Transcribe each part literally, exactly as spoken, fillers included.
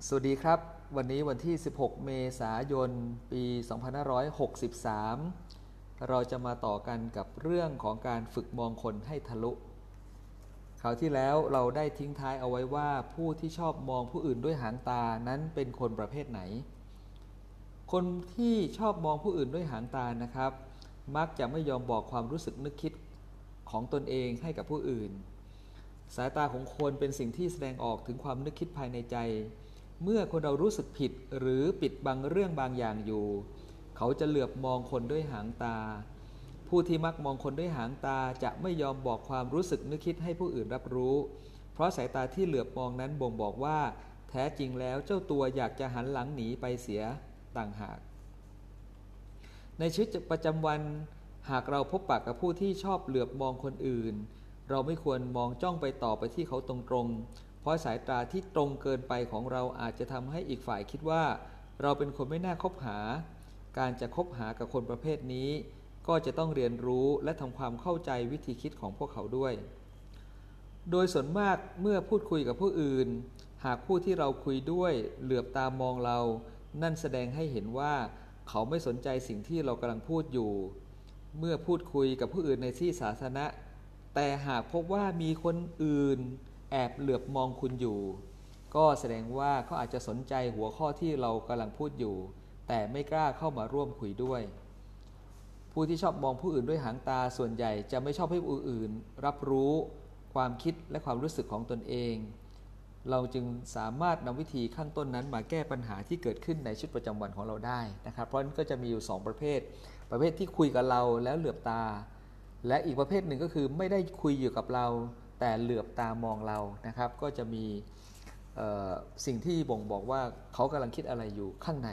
สวัสดีครับวันนี้วันที่สิบหกเมษายนปีสองพันห้าร้อยหกสิบสามเราจะมาต่อกันกับเรื่องของการฝึกมองคนให้ทะลุคราวที่แล้วเราได้ทิ้งท้ายเอาไว้ว่าผู้ที่ชอบมองผู้อื่นด้วยหางตานั้นเป็นคนประเภทไหนคนที่ชอบมองผู้อื่นด้วยหางตานะครับมักจะไม่ยอมบอกความรู้สึกนึกคิดของตนเองให้กับผู้อื่นสายตาของคนเป็นสิ่งที่แสดงออกถึงความนึกคิดภายในใจเมื่อคนเรารู้สึกผิดหรือปิดบังเรื่องบางอย่างอยู่เขาจะเหลือบมองคนด้วยหางตาผู้ที่มักมองคนด้วยหางตาจะไม่ยอมบอกความรู้สึกนึกคิดให้ผู้อื่นรับรู้เพราะสายตาที่เหลือบมองนั้นบ่งบอกว่าแท้จริงแล้วเจ้าตัวอยากจะหันหลังหนีไปเสียต่างหากในชีวิตประจำวันหากเราพบปะกับผู้ที่ชอบเหลือบมองคนอื่นเราไม่ควรมองจ้องไปต่อไปที่เขาตรงๆเพราะสายตาที่ตรงเกินไปของเราอาจจะทำให้อีกฝ่ายคิดว่าเราเป็นคนไม่น่าคบหาการจะคบหากับคนประเภทนี้ก็จะต้องเรียนรู้และทำความเข้าใจวิธีคิดของพวกเขาด้วยโดยส่วนมากเมื่อพูดคุยกับผู้อื่นหากผู้ที่เราคุยด้วยเหลือบตามองเรานั่นแสดงให้เห็นว่าเขาไม่สนใจสิ่งที่เรากำลังพูดอยู่เมื่อพูดคุยกับผู้อื่นในที่สาธารณะแต่หากพบว่ามีคนอื่นแอบเหลือบมองคุณอยู่ก็แสดงว่าเขาอาจจะสนใจหัวข้อที่เรากำลังพูดอยู่แต่ไม่กล้าเข้ามาร่วมคุยด้วยผู้ที่ชอบมองผู้อื่นด้วยหางตาส่วนใหญ่จะไม่ชอบให้ผู้อื่นรับรู้ความคิดและความรู้สึกของตนเองเราจึงสามารถนำวิธีข้างต้นนั้นมาแก้ปัญหาที่เกิดขึ้นในชีวิตประจำวันของเราได้นะครับเพราะฉะนั้นก็จะมีอยู่สองประเภทประเภทที่คุยกับเราแล้วเหลือบตาและอีกประเภทหนึ่งก็คือไม่ได้คุยอยู่กับเราแต่เหลือบตามองเรานะครับก็จะมีสิ่งที่บ่งบอกว่าเขากำลังคิดอะไรอยู่ข้างใน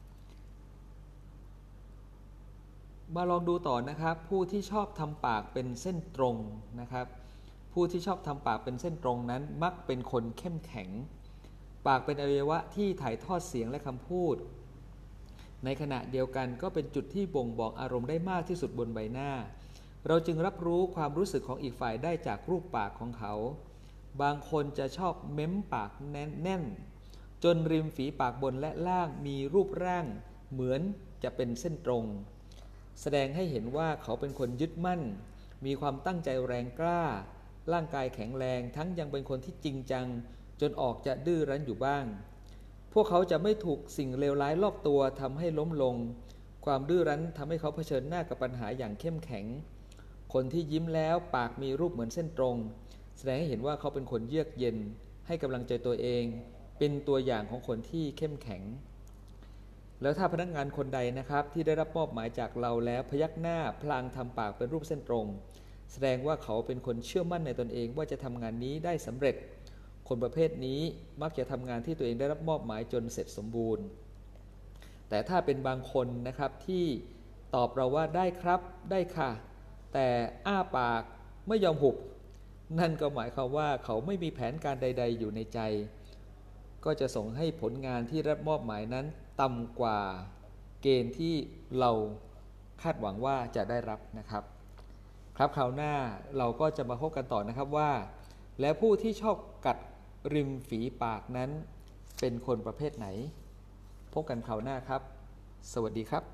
มาลองดูต่อนะครับผู้ที่ชอบทำปากเป็นเส้นตรงนะครับผู้ที่ชอบทำปากเป็นเส้นตรงนั้นมักเป็นคนเข้มแข็งปากเป็นอวัยวะที่ถ่ายทอดเสียงและคำพูดในขณะเดียวกันก็เป็นจุดที่บ่งบอกอารมณ์ได้มากที่สุดบนใบหน้าเราจึงรับรู้ความรู้สึกของอีกฝ่ายได้จากรูปปากของเขาบางคนจะชอบเม้มปากแน่นๆจนริมฝีปากบนและล่างมีรูปร่างเหมือนจะเป็นเส้นตรงแสดงให้เห็นว่าเขาเป็นคนยึดมั่นมีความตั้งใจแรงกล้าร่างกายแข็งแรงทั้งยังเป็นคนที่จริงจังจนออกจะดื้อรั้นอยู่บ้างพวกเขาจะไม่ถูกสิ่งเลวร้ายรอบตัวทำให้ล้มลงความดื้อรั้นทำให้เขาเผชิญหน้ากับปัญหาอย่างเข้มแข็งคนที่ยิ้มแล้วปากมีรูปเหมือนเส้นตรงแสดงให้เห็นว่าเขาเป็นคนเยือกเย็นให้กำลังใจตัวเองเป็นตัวอย่างของคนที่เข้มแข็งแล้วถ้าพนักงานคนใดนะครับที่ได้รับมอบหมายจากเราแล้วพยักหน้าพลางทำปากเป็นรูปเส้นตรงแสดงว่าเขาเป็นคนเชื่อมั่นในตนเองว่าจะทำงานนี้ได้สำเร็จคนประเภทนี้มักจะทำงานที่ตัวเองได้รับมอบหมายจนเสร็จสมบูรณ์แต่ถ้าเป็นบางคนนะครับที่ตอบเราว่าได้ครับได้ค่ะแต่อ้าปากไม่ยอมหุบนั่นก็หมายความว่าเขาไม่มีแผนการใดๆอยู่ในใจก็จะส่งให้ผลงานที่รับมอบหมายนั้นต่ำกว่าเกณฑ์ที่เราคาดหวังว่าจะได้รับนะครับครับคราวหน้าเราก็จะมาพบกันต่อนะครับว่าแล้วผู้ที่ชอบกัดริมฝีปากนั้นเป็นคนประเภทไหนพบกันคราวหน้าครับสวัสดีครับ